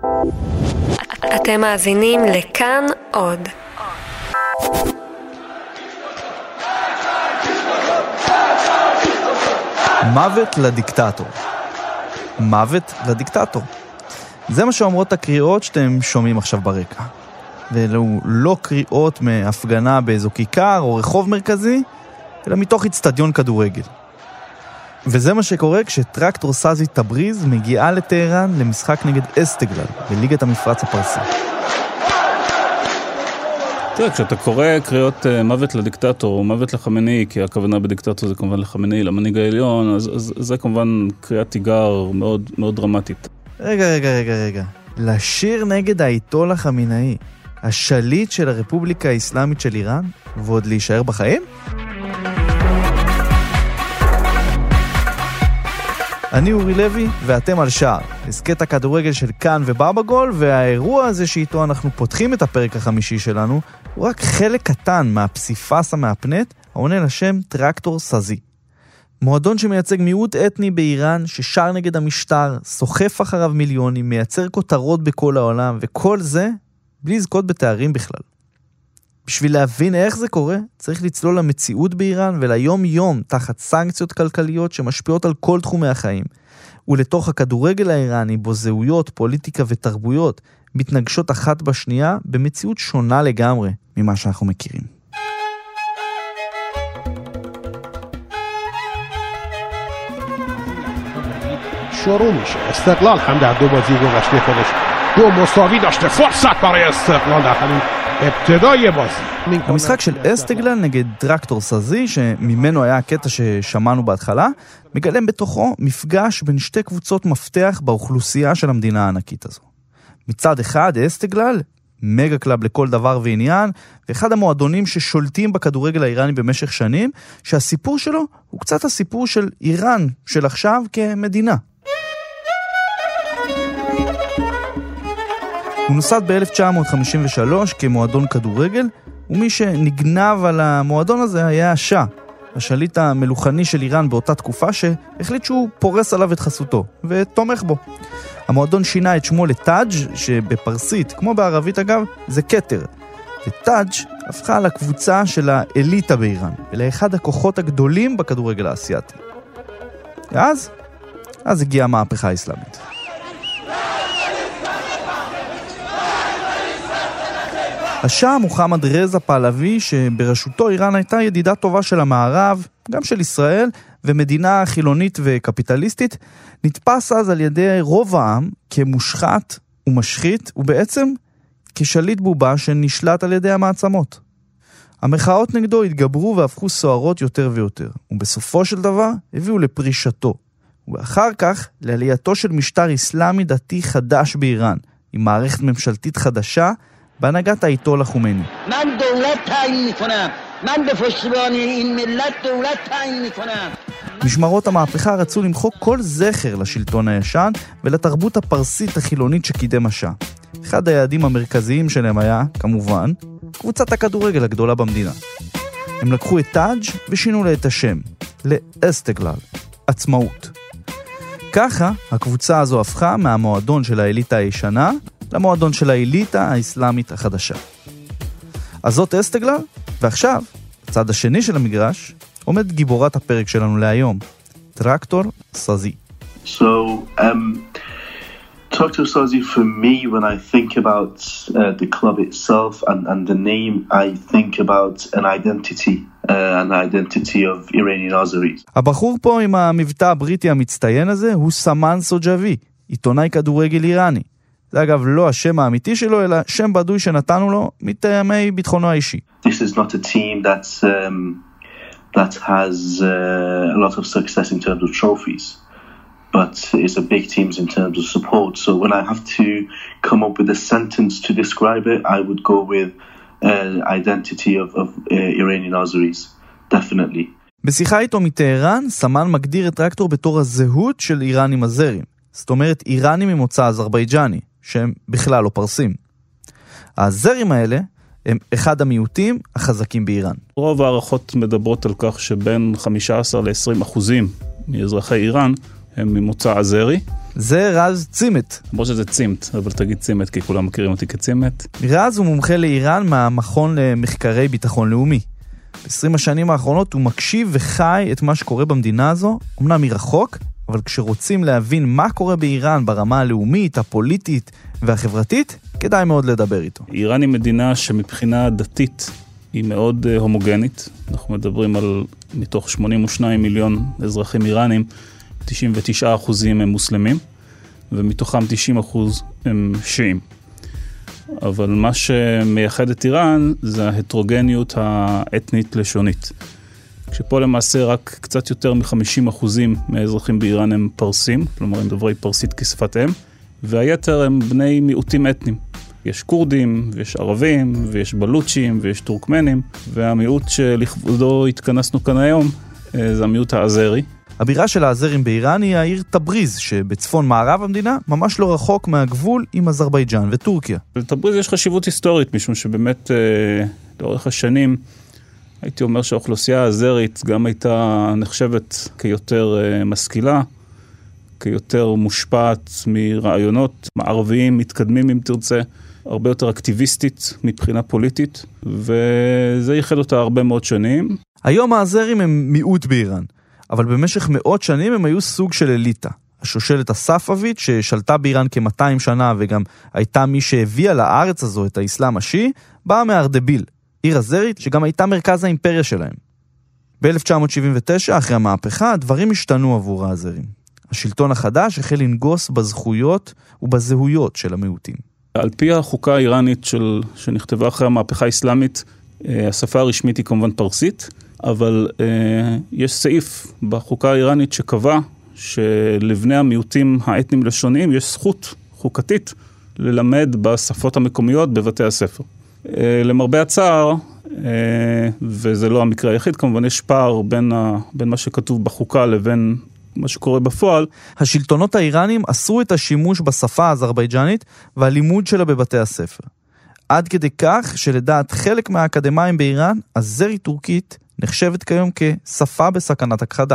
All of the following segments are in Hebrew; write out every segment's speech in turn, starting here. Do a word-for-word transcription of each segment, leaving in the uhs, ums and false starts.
אתם מאזינים לכאן עוד. מוות לדיקטטור. מוות לדיקטטור. זה מה שאומרות הקריאות שאתם שומעים עכשיו ברקע. ואלו לא קריאות מהפגנה באיזו כיכר או רחוב מרכזי, אלא מתוך אצטדיון כדורגל. וזה מה שקורה כשטרקטור סאזי תבריז מגיעה לטהרן למשחק נגד אסטגלל בליגת המפרץ הפרסי. תראה, כשאתה קורא קריאות uh, מוות לדיקטטור או מוות לחמינאי, כי הכוונה בדיקטטור זה כמובן לחמינאי, למנהיג העליון, אז, אז זה כמובן קריאת תיגר מאוד, מאוד דרמטית. רגע, רגע, רגע, רגע. לשיר נגד האייתולה חמינאי, השליט של הרפובליקה האסלאמית של איראן, ועוד להישאר בחיים? אני אורי לוי, ואתם על שער. הסקט הכדורגל של כאן ובאבא גול, והאירוע הזה שאיתו אנחנו פותחים את הפרק החמישי שלנו, הוא רק חלק קטן מהפסיפס המאפנט, העונה לשם טרקטור סאזי. מועדון שמייצג מיעוט אתני באיראן, ששר נגד המשטר, סוחף אחריו מיליונים, מייצר כותרות בכל העולם, וכל זה בלי לזכות בתארים בכלל. בשביל להבין איך זה קורה, צריך לצלול למציאות באיראן וליום יום תחת סנקציות כלכליות שמשפיעות על כל תחומי החיים. ולתוך הכדורגל האיראני בו זהויות, פוליטיקה ותרבויות מתנגשות אחת בשנייה במציאות שונה לגמרי ממה שאנחנו מכירים. شروع میشه. استقلال هم در دو بازی گذشته خودش دو مساوی داشته. فرصت برای استقلال در همین ابتدای بازی. המשחק של אסטגלל נגד טרקטור סאזי, שממנו היה הקטע ששמענו בהתחלה, מגלם בתוכו מפגש בין שתי קבוצות מפתח באוכלוסייה של המדינה הענקית הזו. מצד אחד, אסטגלל, מגה קלאב לכל דבר ועניין, ואחד המועדונים ששולטים בכדורגל האיראני במשך שנים, שהסיפור שלו הוא קצת הסיפור של איראן של עכשיו כמדינה. הוא נוסד ב-אלף תשע מאות חמישים ושלוש כמועדון כדורגל, ומי שנגנב על המועדון הזה היה השאה, השליט המלוכני של איראן באותה תקופה, שהחליט שהוא פורס עליו את חסותו, ותומך בו. המועדון שינה את שמו לטאג', שבפרסית, כמו בערבית אגב, זה כתר. וטאג' הפכה לקבוצה של האליטה באיראן, ולאחד הכוחות הגדולים בכדורגל האסייתי. ואז, אז הגיעה המהפכה האסלאמית. השאה מוחמד רזה פהלווי, שבראשותו איראן הייתה ידידה טובה של המערב, גם של ישראל, ומדינה חילונית וקפיטליסטית, נתפס אז על ידי רוב העם כמושחת ומשחית, ובעצם כשליט בובה שנשלט על ידי המעצמות. המחאות נגדו התגברו והפכו סוערות יותר ויותר, ובסופו של דבר הביאו לפרישתו, ואחר כך לעלייתו של משטר אסלאמי דתי חדש באיראן, עם מערכת ממשלתית חדשה, בהנהגת האייתולה חומייני. من دولت تعیین میکنم. من به پشتیبانی این ملت دولت تعیین میکنم. משמרות המהפכה רצו למחוק כל זכר לשלטון הישן ולתרבות הפרסית החילונית שקידם השאה. אחד היעדים המרכזיים שלהם היה, כמובן, קבוצת הכדורגל הגדולה במדינה. הם לקחו את טאג' ושינו לה את השם, לאסטגלל, עצמאות. ככה הקבוצה הזו הפכה מהמועדון של האליטה הישנה למועדון של האליטה האסלאמית החדשה. אז זאת אסטגלל, ועכשיו, בצד השני של המגרש, עומד גיבורת הפרק שלנו להיום, טרקטור סאזי. So, um, Tractor Sazi, for me, when I think about uh, the club itself and, and the name, I think about an identity, uh, an identity of Iranian Azeris. הבחור פה עם המבטא הבריטי המצטיין הזה הוא סמן סוג'אבי, עיתונאי כדורגל איראני. זה אגב לא השם האמיתי שלו, אלא שם בדוי שנתנו לו מטעמי ביטחונו האישי. This is not a team that's, um, that has uh, a lot of success in terms of trophies, but it's a big team in terms of support. So when I have to come up with a sentence to describe it, I would go with uh, identity of, of uh, Iranian Azeris, definitely. בשיחה איתו מטהרן, סמן מגדיר את טרקטור בתור הזהות של איראנים אזרים. זאת אומרת, איראנים ממוצא אזרבייג'ני, שהם בכלל לא פרסים. הזרים האלה הם אחד המיעוטים החזקים באיראן. רוב הערכות מדברות על כך שבין חמישה עשר לעשרים אחוזים מאזרחי איראן הם ממוצא אזרי, זה רז צימת. למרות שזה צימת, אבל תגיד צימת, כי כולם מכירים אותי כצימת. רז הוא מומחה לאיראן מהמכון למחקרי ביטחון לאומי. ב-עשרים השנים האחרונות הוא מקשיב וחי את מה שקורה במדינה הזו, אמנם מרחוק, אבל כשרוצים להבין מה קורה באיראן ברמה הלאומית, הפוליטית והחברתית, כדאי מאוד לדבר איתו. איראן היא מדינה שמבחינה דתית היא מאוד הומוגנית. אנחנו מדברים על מתוך שמונים ושניים מיליון אזרחים איראנים, תשעים ותשעה אחוזים הם מוסלמים, ומתוכם תשעים אחוז הם שיעים. אבל מה שמייחד את איראן זה ההטרוגניות האתנית-לשונית. כשפה למעשה רק קצת יותר מ-חמישים אחוזים מהאזרחים באיראן הם פרסים, כלומר הם דוברי פרסית כשפת אם, והיתר הם בני מיעוטים אתניים. יש קורדים, ויש ערבים, ויש בלוצ'ים, ויש טורקמנים, והמיעוט שלכבודו התכנסנו כאן היום זה המיעוט האזרי. הבירה של האזרים באיראן היא העיר תבריז, שבצפון מערב המדינה ממש לא רחוק מהגבול עם אזרבייג'אן וטורקיה. לתבריז יש חשיבות היסטורית, משום שבאמת אה, לאורך השנים הייתי אומר שהאוכלוסייה האזרית גם הייתה נחשבת כיותר אה, משכילה, כיותר מושפעת מרעיונות מערביים, מתקדמים אם תרצה, הרבה יותר אקטיביסטית מבחינה פוליטית, וזה ייחד אותה הרבה מאוד שנים. היום האזרים הם מיעוט באיראן. אבל במשך מאות שנים הם היו סוג של אליטה. השושלת הספאבית ששלטה באיראן כ-מאתיים שנה וגם הייתה מי שהביאה לארץ הזו את האסלאם השיעי, באה מארדביל, עיר אזרית שגם הייתה מרכז האימפריה שלהם. ב-אלף תשע מאות שבעים ותשע, אחרי המהפכה, הדברים השתנו עבור האזרים. השלטון החדש החל לנגוס בזכויות ובזהויות של המיעוטים. על פי החוקה האיראנית של, שנכתבה אחרי המהפכה האסלאמית, השפה הרשמית היא כמובן פרסית, אבל אה, יש סעיף בחוקה האיראנית שקבע שלבני המיעוטים האתניים לשוניים יש זכות חוקתית ללמד בשפות המקומיות בבתי הספר. אה, למרבה הצער, אה, וזה לא המקרה היחיד, כמובן יש פער בין, ה, בין מה שכתוב בחוקה לבין מה שקורה בפועל. השלטונות האיראנים אסרו את השימוש בשפה האזרבייג'נית והלימוד שלה בבתי הספר. עד כדי כך שלדעת חלק מהאקדמיים באיראן, הזרית טורקית נחשבת כיום כשפה בסכנת הכחדה.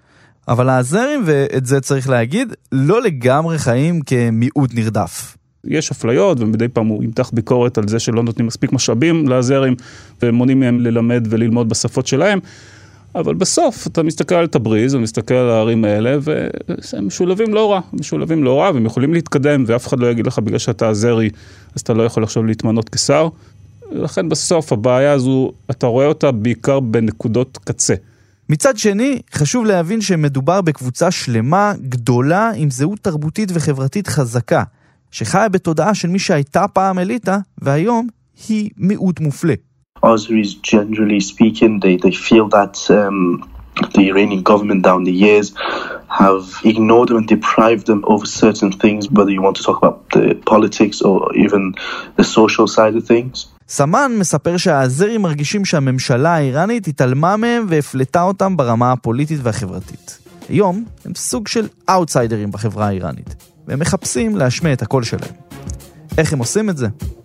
אבל האזרים, ואת זה צריך להגיד, לא לגמרי חיים כמיעוט נרדף. יש אפליות, ומדי פעם הוא ימתח ביקורת על זה שלא נותנים מספיק משאבים לאזרים, ומונעים מהם ללמד וללמוד בשפות שלהם. אבל בסוף אתה מסתכל על תבריז, ומסתכל על הערים האלה, והם משולבים לא רע, משולבים לא רע, והם יכולים להתקדם, ואף אחד לא יגיד לך בגלל שאתה אזרי, אז אתה לא יכול עכשיו להתמנות כשר. לכן בסוף הבעיה הזו, אתה רואה אותה בעיקר בנקודות קצה. מצד שני, חשוב להבין שמדובר בקבוצה שלמה, גדולה, עם זהות תרבותית וחברתית חזקה, שחיה בתודעה של מי שהייתה פעם אליטה, והיום היא מיעוט מופלה. Azeris, generally speaking, they, they feel that um, the Iranian government down the years have ignored them and deprived them over certain things, whether you want to talk about the politics or even the social side of things. סמן מספר שהאזרים מרגישים שהממשלה האיראנית התעלמה מהם והפלטה אותם ברמה הפוליטית והחברתית. היום הם סוג של אאוטסיידרים בחברה האיראנית, והם מחפשים להשמיע את הקול שלהם. איך הם עושים את זה?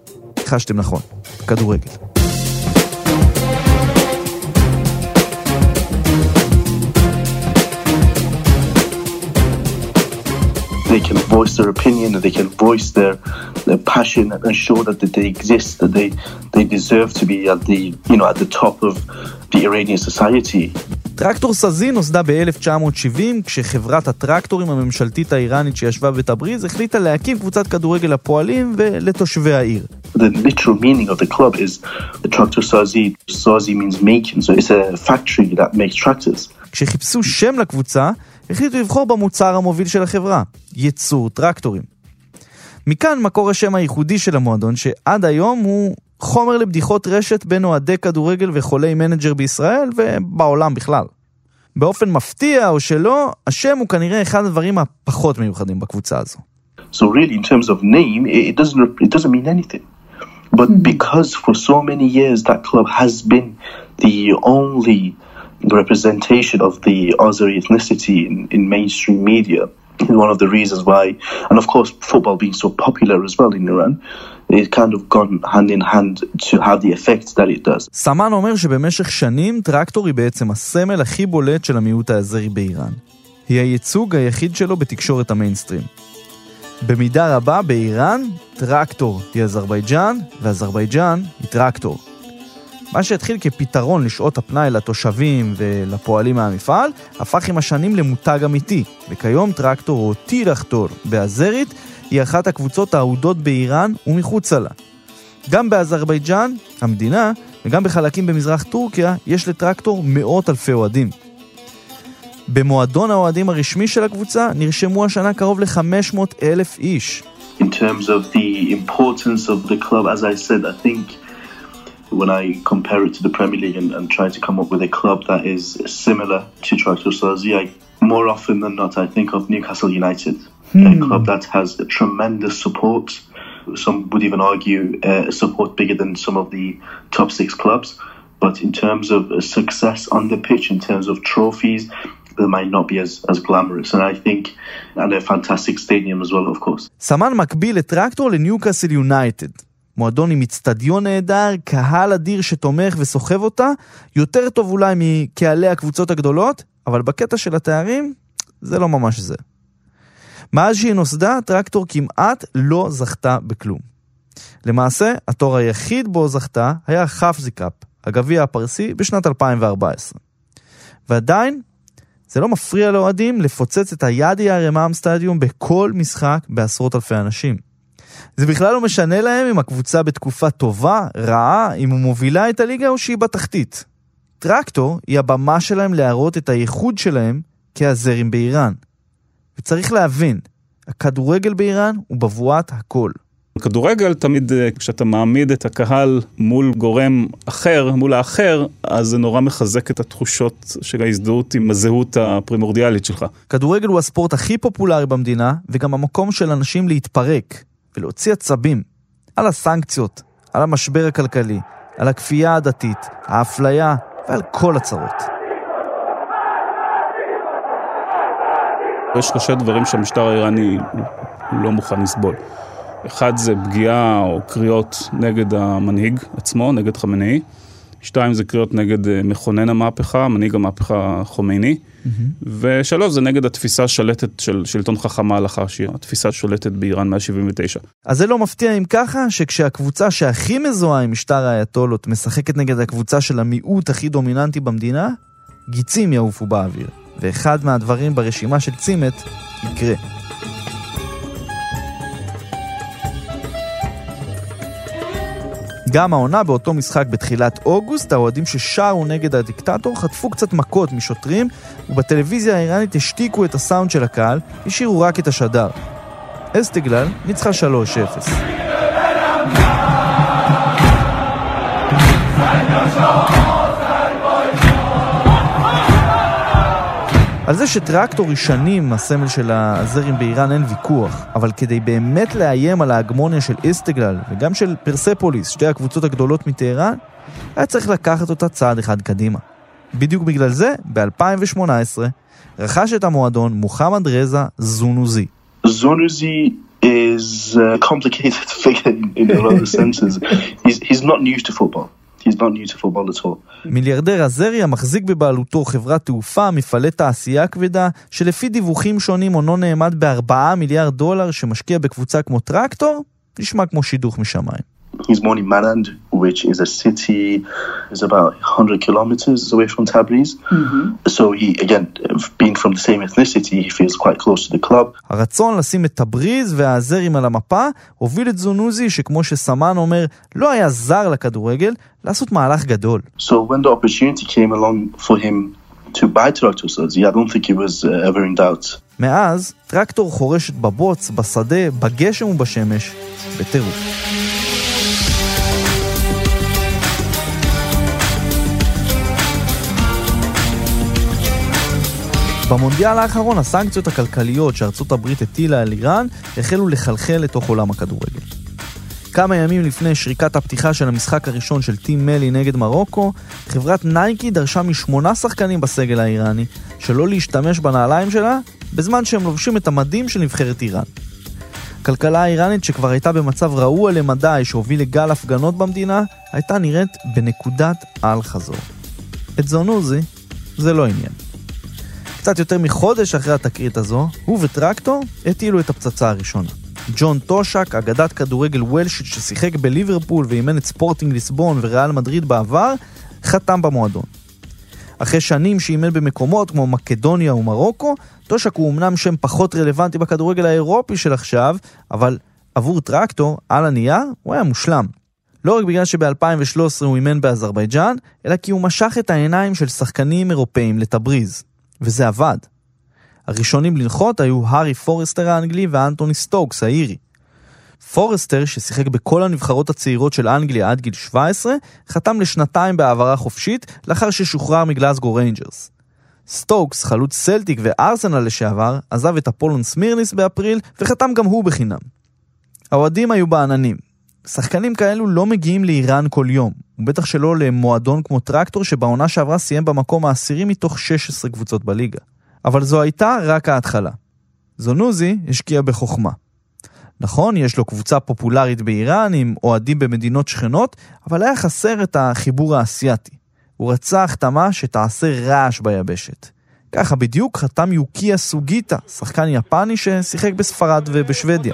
חשתם נכון, כדורגל. They can voice their opinion, and they can voice their, their passion and show that, that they exist, that they, they deserve to be at the, you know, at the top of the Iranian society. טרקטור סזי נוסדה ב-אלף תשע מאות שבעים, כשחברת הטרקטורים הממשלתית האיראנית שישבה בתבריז החליטה להקים קבוצת כדורגל לפועלים ולתושבי העיר. The literal meaning of the club is the tractor Sazi. Sazi means making, so it's a factory that makes tractors. כשחיפשו שם לקבוצה, החליטו לבחור במוצר המוביל של החברה, ייצור טרקטורים. מכאן מקור השם הייחודי של המועדון, שעד היום הוא חומר לבדיחות רשת בין אוהדי כדורגל וחולי מנג'ר בישראל ובעולם בכלל. באופן מפתיע או שלא, השם הוא כנראה אחד הדברים הפחות מיוחדים בקבוצה הזו. So really, in terms of name, it doesn't it doesn't mean anything. But because for so many years that club has been the only representation of the Azeri ethnicity in, in mainstream media, is one of the reasons why, and of course football being so popular as well in Iran, it's kind of gone hand in hand to have the effect that it does. סמן אומר שבמשך שנים טרקטור היא בעצם הסמל הכי בולט של המיעוט האזרי באיראן. היא הייצוג היחיד שלו בתקשורת המיינסטרים. במידה רבה באיראן, טרקטור היא אזרבייג'אן, ואזרבייג'אן היא טרקטור. מה שהתחיל כפתרון לשעות הפנאי לתושבים ולפועלים מהמפעל, הפך עם השנים למותג אמיתי, וכיום טרקטור או טירחטור באזרית היא אחת הקבוצות האהודות באיראן ומחוצה לה. גם באזרבייג'אן, המדינה, וגם בחלקים במזרח טורקיה, יש לטרקטור מאות אלפי אוהדים. במועדון האוהדים הרשמי של הקבוצה נרשמו השנה קרוב ל-חמש מאות אלף איש. In terms of the importance of the club, as I said, I think when I compare it to the Premier League and, and try to come up with a club that is similar to Trabzonspor, I more often than not I think of Newcastle United, hmm. a club that has a tremendous support. Some would even argue uh, support bigger than some of the top six clubs. But in terms of success on the pitch, in terms of trophies, they might not be as, as glamorous. And I think, and a fantastic stadium as well, of course. סמן מקביל לטרקטור לניוקאסל יונייטד. מועדון עם אצטדיון נהדר, קהל אדיר שתומך וסוחב אותה, יותר טוב אולי מקהלי הקבוצות הגדולות, אבל בקטע של התארים, זה לא ממש זה. מאז שהיא נוסדה, טרקטור כמעט לא זכתה בכלום. למעשה, התואר היחיד בו זכתה היה חפזי קאפ, הגביע הפרסי בשנת אלפיים וארבע עשרה. ועדיין, זה לא מפריע לאוהדים לפוצץ את הידי הרמאם סטדיום בכל משחק בעשרות אלפי אנשים. זה בכלל לא משנה להם אם הקבוצה בתקופה טובה, רעה, אם הוא מובילה את הליגה או שהיא בתחתית. טרקטור היא הבמה שלהם להראות את הייחוד שלהם כאזרים באיראן. וצריך להבין, הכדורגל באיראן הוא בבואת הכל. כדורגל תמיד כשאתה מעמיד את הקהל מול גורם אחר, מול האחר, אז זה נורא מחזק את התחושות של ההזדהות עם הזהות הפרימורדיאלית שלך. כדורגל הוא הספורט הכי פופולרי במדינה, וגם המקום של אנשים להתפרק ולהוציא עצבים על הסנקציות, על המשבר הכלכלי, על הכפייה הדתית, האפליה ועל כל הצרות. יש שלושה דברים שהמשטר האיראני לא מוכן לסבול. אחד זה פגיעה או קריאות נגד המנהיג עצמו, נגד חמינאי. שתיים זה קריאות נגד מכונן המהפכה, מנהיג המהפכה חומייני. Mm-hmm. ושלוש זה נגד התפיסה שלטת של שלטון חכם ההלכה, שהיא התפיסה שולטת באיראן מאה שבעים ותשע. אז זה לא מפתיע אם ככה, שכשהקבוצה שהכי מזוהה עם משטר האייתולות משחקת נגד הקבוצה של המיעוט הכי דומיננטי במדינה, גיצים יעופו באוויר. ואחד מהדברים ברשימה של צימת יקרה. גם העונה באותו משחק בתחילת אוגוסט, האוהדים ששרו נגד הדיקטטור חטפו קצת מכות משוטרים, ובטלוויזיה האיראנית השתיקו את הסאונד של הקהל, השאירו רק את השדר. אסטגלל ניצחה שלוש אפס. על זה שטרקטור ראשונים, הסמל של הזרים באיראן, אין ויכוח, אבל כדי באמת לאיים על ההגמוניה של אסטגלל וגם של פרספוליס, שתי הקבוצות הגדולות מטהרן, היה צריך לקחת אותה צעד אחד קדימה. בדיוק בגלל זה, ב-אלפיים שמונה עשרה, רכש את המועדון מוחמד רזה זונוזי. זונוזי is a complicated figure in a lot of senses. He's, he's not new to football. He's not new to football at all. מיליארדר הזרי המחזיק בבעלותו חברת תעופה, מפעלי תעשייה כבדה, שלפי דיווחים שונים עונו נאמד בארבעה מיליארד דולר שמשקיע בקבוצה כמו טרקטור, נשמע כמו שידוך משמיים. He's born in Manand, which is a city is about one hundred kilometers away from Tabriz. Mm-hmm. So he, again, being from the same ethnicity, he feels quite close to the club. הרצון לשים את תבריז והזרים על המפה הוביל את זונוזי, שכמו שסמן אומר, לא היה זר לכדורגל, לעשות מהלך גדול. So when the opportunity came along for him to buy Trabzonspor, I don't think he was uh, ever in doubt. מאז, טרקטור חורשת בבוץ, בשדה, בגשם ובשמש, בטירוף. במונדיאל האחרון, הסנקציות הכלכליות שארצות הברית הטילה על איראן החלו לחלחל לתוך עולם הכדורגל. כמה ימים לפני שריקת הפתיחה של המשחק הראשון של טים מלי נגד מרוקו, חברת נייקי דרשה משמונה שחקנים בסגל האיראני שלא להשתמש בנעליים שלה בזמן שהם לובשים את המדים של נבחרת איראן. הכלכלה האיראנית שכבר הייתה במצב רעוע למדי שהוביל לגל הפגנות במדינה, הייתה נראית בנקודת על חזור. את זונוזי זה לא עניין. קצת יותר מחודש אחרי התקרית הזו, הוא וטרקטור הטילו את הפצצה הראשונה. ג'ון טושק, אגדת כדורגל וולשית ששיחק בליברפול ואימן את ספורטינג ליסבון וריאל מדריד בעבר, חתם במועדון. אחרי שנים שאימן במקומות כמו מקדוניה ומרוקו, טושק הוא אמנם שם פחות רלוונטי בכדורגל האירופי של עכשיו, אבל עבור טרקטור, על הנייר, הוא היה מושלם. לא רק בגלל שב-אלפיים ושלוש עשרה הוא אימן באזרבייג'אן, אלא כי הוא משך את העיניים של שחקנים אירופאים לתבריז. וזה עבד. הראשונים לנחות היו הארי פורסטר האנגלי ואנטוני סטוקס האירי. פורסטר, ששיחק בכל הנבחרות הצעירות של אנגליה עד גיל שבע עשרה, חתם לשנתיים בעברה חופשית לאחר ששוחרר מגלסגו ריינג'רס. סטוקס, חלוץ סלטיק וארסנל לשעבר, עזב את אפולון סמירניס באפריל וחתם גם הוא בחינם. האוהדים היו בעננים. שחקנים כאלו לא מגיעים לאיראן כל יום, ובטח שלא למועדון כמו טרקטור שבעונה שעברה סיים במקום העשירי מתוך שש עשרה קבוצות בליגה. אבל זו הייתה רק ההתחלה. זונוזי השקיע בחוכמה. נכון, יש לו קבוצה פופולרית באיראן עם אוהדים במדינות שכנות, אבל היה חסר את החיבור האסייתי. הוא רצה החתמה שתעשה רעש ביבשת. ככה בדיוק חתם יוקיה סוגיטה, שחקן יפני ששיחק בספרד ובשוודיה.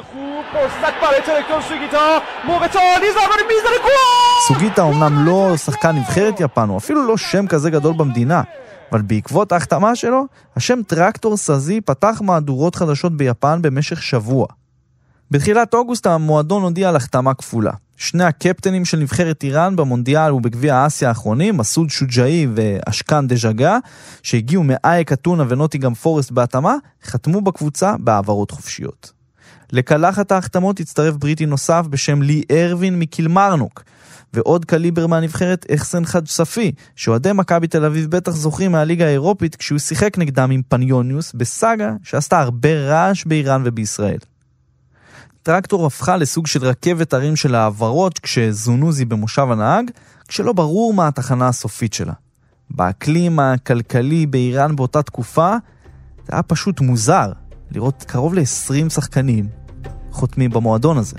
סוגיטה אומנם לא שחקן נבחרת יפן, הוא אפילו לא שם כזה גדול במדינה, אבל בעקבות ההחתמה שלו, השם טרקטור סזי פתח מהדורות חדשות ביפן במשך שבוע. בתחילת אוגוסט המועדון הודיע על החתמה כפולה. שני הקפטנים של נבחרת איראן במונדיאל ובגביע האסיה האחרונים, מסוד שוג'אי ואשכן דז'גה, שהגיעו מאייק אתונה ונוטיגאם פורסט בהתאמה, חתמו בקבוצה בעברות חופשיות. לקלחת ההחתמות הצטרף בריטי נוסף בשם לי ארווין מקילמרנוק, ועוד קליבר מהנבחרת אחסן חג'ספי, שאוהדי מכבי תל אביב בטח זוכרים מהליגה האירופית כשהוא שיחק נגדם עם פניוניוס בסאגה שעשתה הרבה רעש באיראן ובישראל. טרקטור הפכה לסוג של רכבת הרים של העברות כשזונוזי במושב הנהג, כשלא ברור מה התחנה הסופית שלה. באקלים הכלכלי באיראן באותה תקופה, זה היה פשוט מוזר לראות קרוב ל-עשרים שחקנים חותמים במועדון הזה.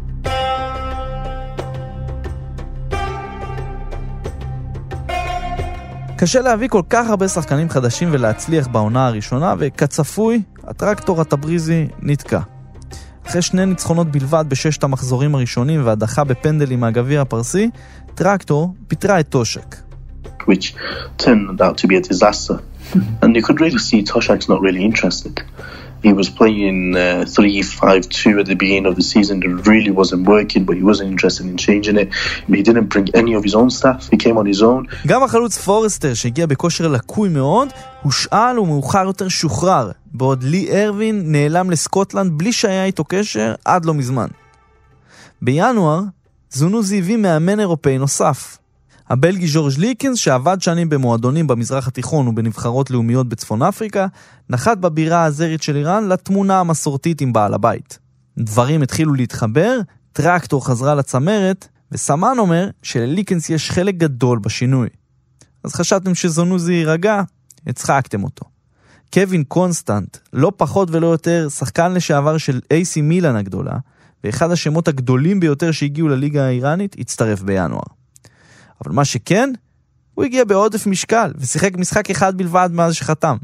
קשה להביא כל כך הרבה שחקנים חדשים ולהצליח בעונה הראשונה, וכצפוי, הטרקטור התבריזי נתקע. אחרי שני ניצחונות בלבד בששת המחזורים הראשונים והדחה בפנדלים מהגביע הפרסי, טרקטור פיטרה את טושק. Which turned out to be a disaster. And you could really see Toshak's not really interested. He was playing uh, three five two at the beginning of the season. It really wasn't working, but he wasn't interested in changing it. He didn't bring any of his own staff. He came on his own. גם החלוץ פורסטר שהגיע בכושר לקוי מאוד, הושאל ומאוחר יותר שוחרר, בעוד לי ארווין נעלם לסקוטלנד בלי שהיה איתו קשר עד לא מזמן. בינואר, זונוזי הביא מאמן אירופאי נוסף. הבלגי ז'ורג' ליקינס, שעבד שנים במועדונים במזרח התיכון ובנבחרות לאומיות בצפון אפריקה, נחת בבירה האזרית של איראן לתמונה המסורתית עם בעל הבית. דברים התחילו להתחבר, טרקטור חזרה לצמרת, וסמן אומר שלליקינס יש חלק גדול בשינוי. אז חשבתם שזונוזי יירגע, הצחקתם אותו. קווין קונסטנט, לא פחות ולא יותר, שחקן לשעבר של איי סי מילאן הגדולה, ואחד השמות הגדולים ביותר שהגיעו לליגה האיראנית, הצטרף בינואר. אבל מה שכן, הוא הגיע בעודף משקל, ושיחק משחק אחד בלבד מאז שחתם.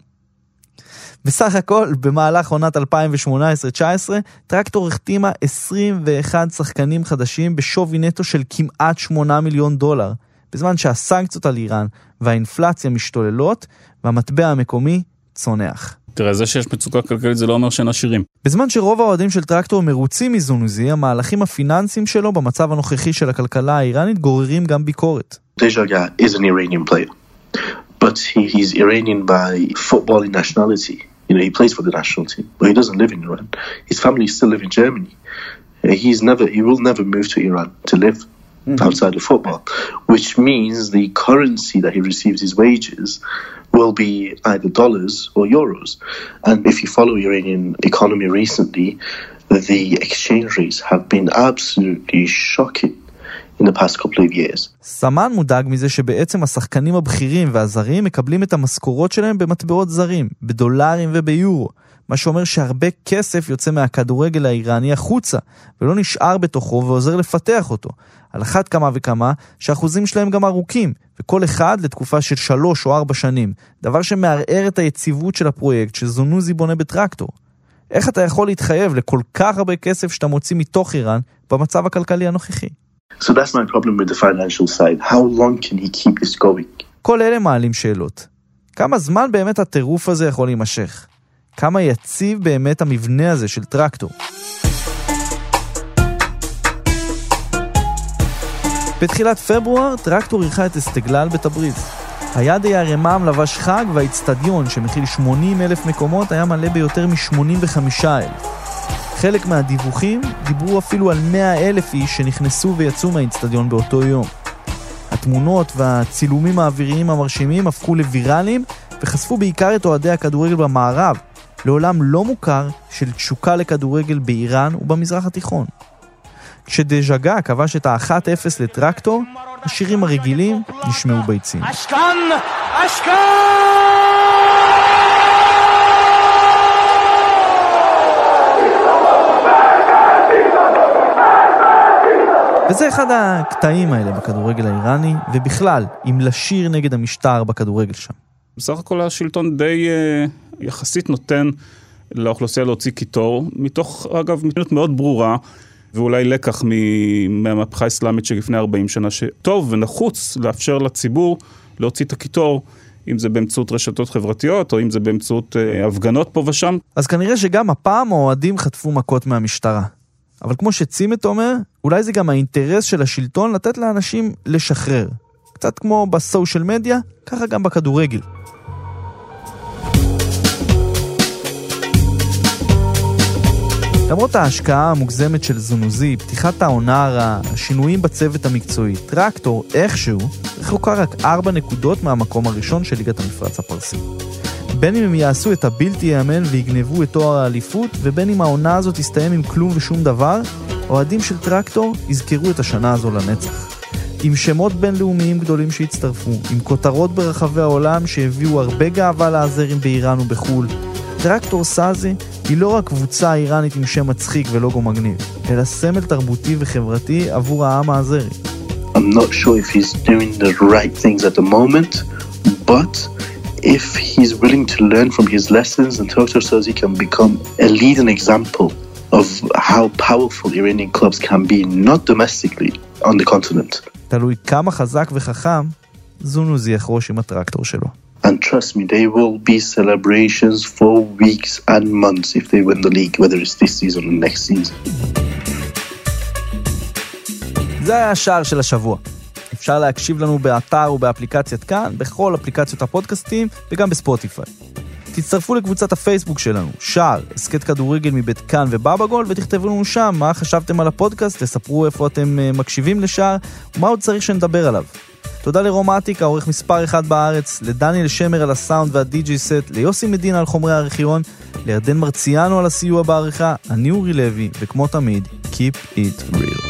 בסך הכל, במהלך עונת אלפיים שמונה עשרה תשע עשרה, טרקטור החתימה עשרים ואחד שחקנים חדשים בשווי נטו של כמעט שמונה מיליון דולר, בזמן שהסנקציות על איראן והאינפלציה משתוללות, והמטבע המקומי צונח. תראה, זה שיש מצוקה כלכלית זה לא אומר שאין עשירים. בזמן שרוב האוהדים של טרקטור מרוצים מזונוזי, המהלכים הפיננסיים שלו במצב הנוכחי של הכלכלה האיראנית גוררים גם ביקורת. Dejaga is an Iranian player, but he, he's Iranian by footballing nationality. You know, he plays for the national team, but he doesn't live in Iran. His family still live in Germany. Uh, he's never, he will never move to Iran to live mm-hmm. outside of football, which means the currency that he receives his wages will be either dollars or euros. And if you follow Iranian economy recently, the exchange rates have been absolutely shocking in the past couple of years. סמן מודאג מזה שבעצם השחקנים הבכירים והזרים מקבלים את המשכורות שלהם במטבעות זרים, בדולרים וביורו, מה שאומר שהרבה כסף יוצא מהכדורגל האיראני החוצה, ולא נשאר בתוכו ועוזר לפתח אותו. על אחת כמה וכמה שהאחוזים שלהם גם ארוכים, וכל אחד לתקופה של שלוש או ארבע שנים, דבר שמערער את היציבות של הפרויקט שזונוזי בונה בטרקטור. איך אתה יכול להתחייב לכל כך הרבה כסף שאתה מוציא מתוך איראן במצב הכלכלי הנוכחי? So that's my problem with the financial side. How long can he keep this going? כל אלה מעלים שאלות. כמה זמן באמת הטירוף הזה יכול להימשך? כמה יציב באמת המבנה הזה של טרקטור? בתחילת פברואר, טרקטור אירחה את אסטגלל בתבריז. היד היה רמם לבש חג, והאצטדיון שמכיל שמונים אלף מקומות היה מלא ביותר מ-שמונים וחמישה אלף. חלק מהדיווחים דיברו אפילו על מאה אלף איש שנכנסו ויצאו מהאצטדיון באותו יום. התמונות והצילומים האוויריים המרשימים הפכו לוויראליים וחשפו בעיקר את אוהדי הכדורגל במערב, לעולם לא מוכר של תשוקה לכדורגל באיראן ובמזרח התיכון. כשדז'גה כבש את ה-אחת אפס לטרקטור, השירים הרגילים נשמעו ביצים. אשכן! אשכן! וזה אחד הקטעים האלה בכדורגל האיראני, ובכלל, אם לשיר נגד המשטר בכדורגל שם. בסך הכל השלטון די יחסית נותן לאוכלוסייה להוציא קיטור, מתוך, אגב, מדיניות מאוד ברורה, ואולי לקח מהמהפכה האסלאמית שלפני ארבעים שנה, שטוב ונחוץ לאפשר לציבור להוציא את הקיטור, אם זה באמצעות רשתות חברתיות, או אם זה באמצעות הפגנות פה ושם. אז כנראה שגם הפעם האוהדים חטפו מכות מהמשטרה. אבל כמו שצימת אומר, אולי זה גם האינטרס של השלטון לתת לאנשים לשחרר. קצת כמו בסושיאל מדיה, ככה גם בכדורגל. למרות ההשקעה המוגזמת של זונוזי, פתיחת העונה הרעה, השינויים בצוות המקצועי, טרקטור איכשהו רחוקה רק ארבע נקודות מהמקום הראשון של ליגת המפרץ הפרסי. בין אם הם יעשו את הבלתי יאמן ויגנבו את תואר האליפות, ובין אם העונה הזאת תסתיים עם כלום ושום דבר, אוהדים של טרקטור יזכרו את השנה הזו לנצח. עם שמות בינלאומיים גדולים שהצטרפו, עם כותרות ברחבי העולם שהביאו הרבה גאווה לאזרים באיראן ובחול, טרקטור סאזי היא לא רק קבוצה איראנית עם שם מצחיק ולוגו מגניב, אלא סמל תרבותי וחברתי עבור העם האזרי. I'm not sure if he's doing the right things at the moment, but if he's willing to learn from his lessons, then Traqtor Sazi can become a leading example of how powerful Iranian clubs can be, not domestically, on the continent. תלוי כמה חזק וחכם זונוזי יחרוש עם הטרקטור שלו. And trust me, there will be celebrations for weeks and months if they win the league, whether it's this season or next season. זה היה השער של השבוע. אפשר להקשיב לנו באתר ובאפליקציית כאן, בכל אפליקציות הפודקאסטים וגם בספוטיפיי. תצטרפו לקבוצת הפייסבוק שלנו, שער, הסקט כדורגל מבית כאן ובאבא גול, ותכתבו לנו שם מה חשבתם על הפודקאסט, תספרו איפה אתם מקשיבים לשער, ומה עוד צריך שנדבר עליו. תודה לרומטיק, העורך מספר אחד בארץ, לדניאל שמר על הסאונד והדי-ג'יי סט, ליוסי מדינה על חומרי הארכיון, לירדן מרציאנו על הסיוע בעריכה, אני אורי לוי, וכמו תמיד, keep it real.